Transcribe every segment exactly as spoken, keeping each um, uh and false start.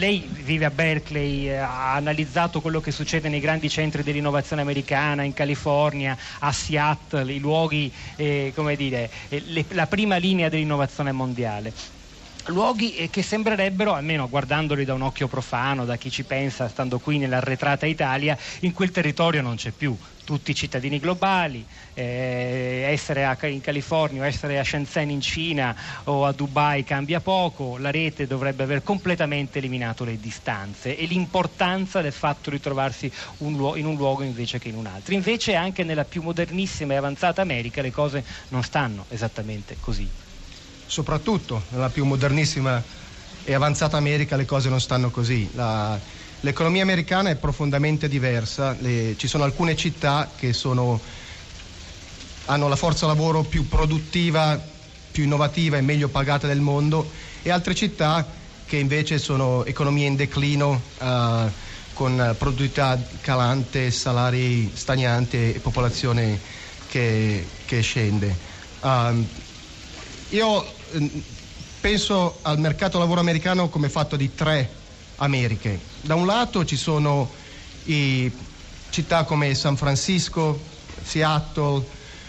lei vive a Berkeley, eh, ha analizzato quello che succede nei grandi centri dell'innovazione americana, in California, a Seattle, i luoghi, eh, come dire, eh, le, la prima linea dell'innovazione mondiale. Luoghi eh, che sembrerebbero, almeno guardandoli da un occhio profano, da chi ci pensa stando qui nell'arretrata Italia, in quel territorio non c'è più. Tutti cittadini globali, eh, essere a, in California o essere a Shenzhen in Cina o a Dubai cambia poco, la rete dovrebbe aver completamente eliminato le distanze e l'importanza del fatto di trovarsi un luo- in un luogo invece che in un altro. Invece anche nella più modernissima e avanzata America le cose non stanno esattamente così. Soprattutto nella più modernissima e avanzata America le cose non stanno così. La... L'economia americana è profondamente diversa, le, ci sono alcune città che sono, hanno la forza lavoro più produttiva, più innovativa e meglio pagata del mondo, e altre città che invece sono economie in declino, uh, con produttività calante, salari stagnanti e popolazione che, che scende. Uh, io penso al mercato lavoro americano come fatto di tre Americhe. Da un lato ci sono i città come San Francisco, Seattle,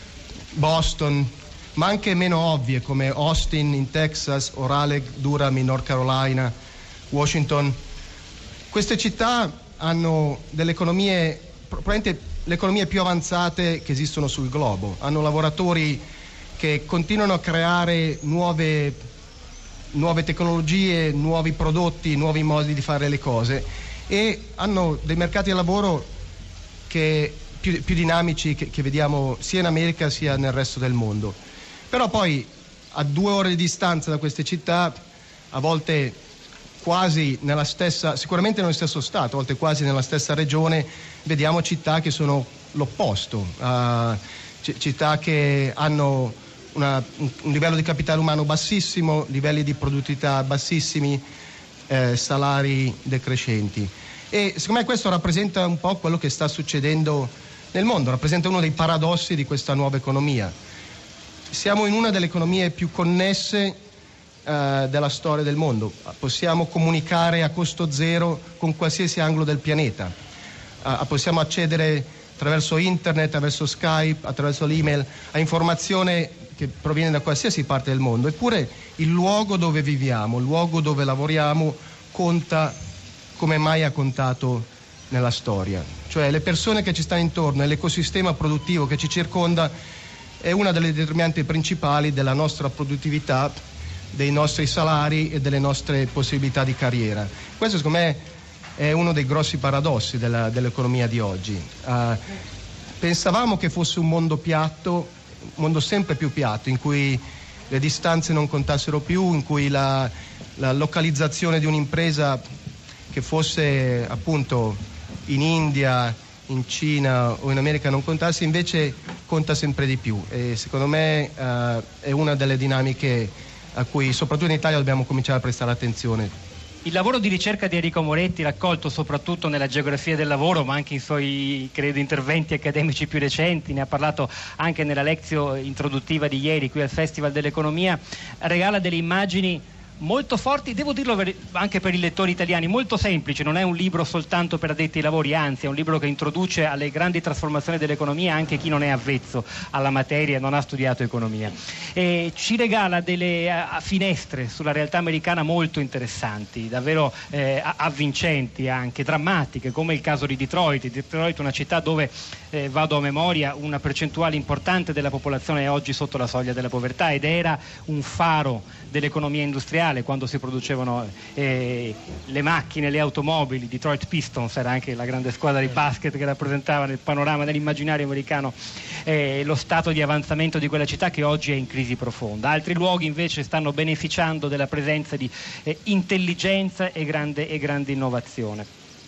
Boston, ma anche meno ovvie come Austin in Texas o Raleigh, Durham in North Carolina, Washington. Queste città hanno delle economie, probabilmente le economie più avanzate che esistono sul globo. Hanno lavoratori che continuano a creare nuove nuove tecnologie, nuovi prodotti, nuovi modi di fare le cose, e hanno dei mercati di lavoro che più, più dinamici che, che vediamo sia in America sia nel resto del mondo. Però poi a due ore di distanza da queste città, a volte quasi nella stessa, sicuramente nello stesso stato, a volte quasi nella stessa regione, vediamo città che sono l'opposto, uh, c- città che hanno Una, un, un livello di capitale umano bassissimo, livelli di produttività bassissimi, eh, salari decrescenti. E secondo me questo rappresenta un po' quello che sta succedendo nel mondo, rappresenta uno dei paradossi di questa nuova economia. Siamo in una delle economie più connesse eh, della storia del mondo, possiamo comunicare a costo zero con qualsiasi angolo del pianeta, eh, possiamo accedere attraverso internet, attraverso Skype, attraverso l'email a informazione che proviene da qualsiasi parte del mondo. Eppure il luogo dove viviamo, il luogo dove lavoriamo conta come mai ha contato nella storia. Cioè le persone che ci stanno intorno e l'ecosistema produttivo che ci circonda è una delle determinanti principali della nostra produttività, dei nostri salari e delle nostre possibilità di carriera. Questo secondo me è uno dei grossi paradossi della, dell'economia di oggi. Uh, pensavamo che fosse un mondo piatto, un mondo sempre più piatto, in cui le distanze non contassero più, in cui la, la localizzazione di un'impresa che fosse appunto in India, in Cina o in America non contasse, invece conta sempre di più, e secondo me uh, è una delle dinamiche a cui soprattutto in Italia dobbiamo cominciare a prestare attenzione. Il lavoro di ricerca di Enrico Moretti, raccolto soprattutto nella geografia del lavoro, ma anche in suoi, credo, interventi accademici più recenti, ne ha parlato anche nella lezione introduttiva di ieri qui al Festival dell'Economia, regala delle immagini molto forti, devo dirlo anche per i lettori italiani, molto semplici. Non è un libro soltanto per addetti ai lavori, anzi è un libro che introduce alle grandi trasformazioni dell'economia anche chi non è avvezzo alla materia e non ha studiato economia, e ci regala delle a, a finestre sulla realtà americana molto interessanti, davvero eh, avvincenti, anche drammatiche, come il caso di Detroit. Detroit, una città dove eh, vado a memoria, una percentuale importante della popolazione è oggi sotto la soglia della povertà, ed era un faro dell'economia industriale quando si producevano eh, le macchine, le automobili. Detroit Pistons era anche la grande squadra di basket che rappresentava nel panorama dell'immaginario americano eh, lo stato di avanzamento di quella città, che oggi è in crisi profonda. Altri luoghi invece stanno beneficiando della presenza di eh, intelligenza e grande, e grande innovazione.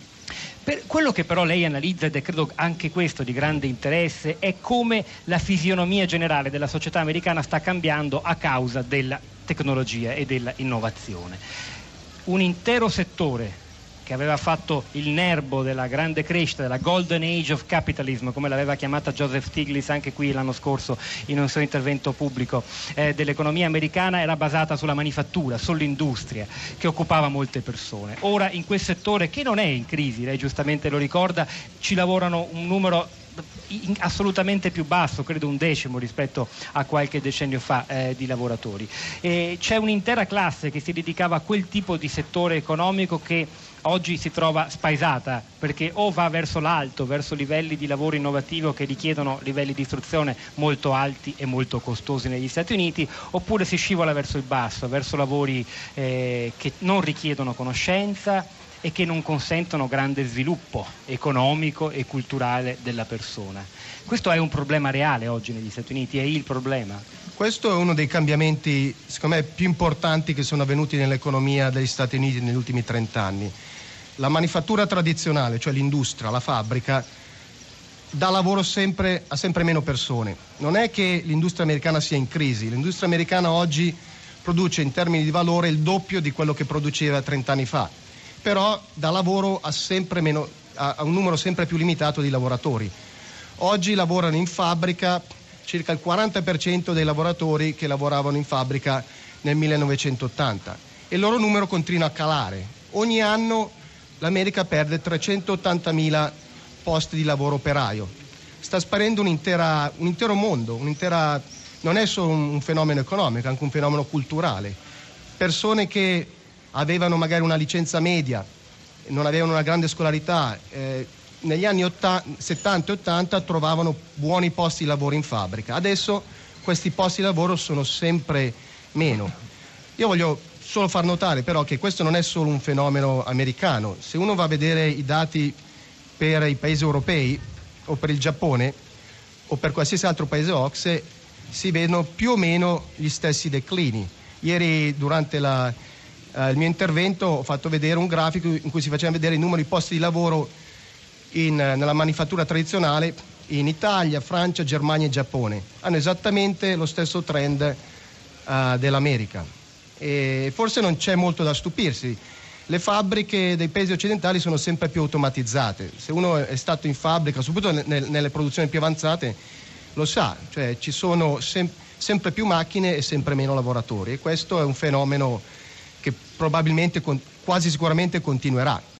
Per quello che però lei analizza, ed è credo anche questo di grande interesse, è come la fisionomia generale della società americana sta cambiando a causa della tecnologia e della innovazione. Un intero settore che aveva fatto il nerbo della grande crescita, della Golden Age of Capitalism, come l'aveva chiamata Joseph Stiglitz anche qui l'anno scorso in un suo intervento pubblico, eh, dell'economia americana, era basata sulla manifattura, sull'industria, che occupava molte persone. Ora in quel settore, che non è in crisi, lei giustamente lo ricorda, ci lavorano un numero assolutamente più basso, credo un decimo rispetto a qualche decennio fa, eh, di lavoratori. E c'è un'intera classe che si dedicava a quel tipo di settore economico che oggi si trova spaesata, perché o va verso l'alto, verso livelli di lavoro innovativo che richiedono livelli di istruzione molto alti e molto costosi negli Stati Uniti, oppure si scivola verso il basso, verso lavori eh, che non richiedono conoscenza e che non consentono grande sviluppo economico e culturale della persona. Questo è un problema reale oggi negli Stati Uniti, è il problema. Questo è uno dei cambiamenti, secondo me, più importanti che sono avvenuti nell'economia degli Stati Uniti negli ultimi trent'anni. La manifattura tradizionale, cioè l'industria, la fabbrica, dà lavoro sempre a sempre meno persone. Non è che l'industria americana sia in crisi, l'industria americana oggi produce in termini di valore il doppio di quello che produceva trent'anni fa, però dà lavoro a, sempre meno, a, a un numero sempre più limitato di lavoratori. Oggi lavorano in fabbrica circa il quaranta per cento dei lavoratori che lavoravano in fabbrica nel millenovecentottanta e il loro numero continua a calare. Ogni anno l'America perde trecentottantamila posti di lavoro operaio. Sta sparendo un'intera, un intero mondo, un'intera, non è solo un fenomeno economico, è anche un fenomeno culturale. Persone che avevano magari una licenza media, non avevano una grande scolarità, eh, negli anni settanta e ottanta trovavano buoni posti di lavoro in fabbrica. Adesso questi posti di lavoro sono sempre meno. Io voglio solo far notare però che questo non è solo un fenomeno americano. Se uno va a vedere i dati per i paesi europei o per il Giappone o per qualsiasi altro paese O C S E, si vedono più o meno gli stessi declini. Ieri durante la, eh, il mio intervento ho fatto vedere un grafico in cui si faceva vedere il numero di posti di lavoro in, nella manifattura tradizionale in Italia, Francia, Germania e Giappone. Hanno esattamente lo stesso trend eh, dell'America. E forse non c'è molto da stupirsi. Le fabbriche dei paesi occidentali sono sempre più automatizzate. Se uno è stato in fabbrica, soprattutto nel, nelle produzioni più avanzate, lo sa, cioè ci sono sem- sempre più macchine e sempre meno lavoratori, e questo è un fenomeno che probabilmente, con- quasi sicuramente continuerà.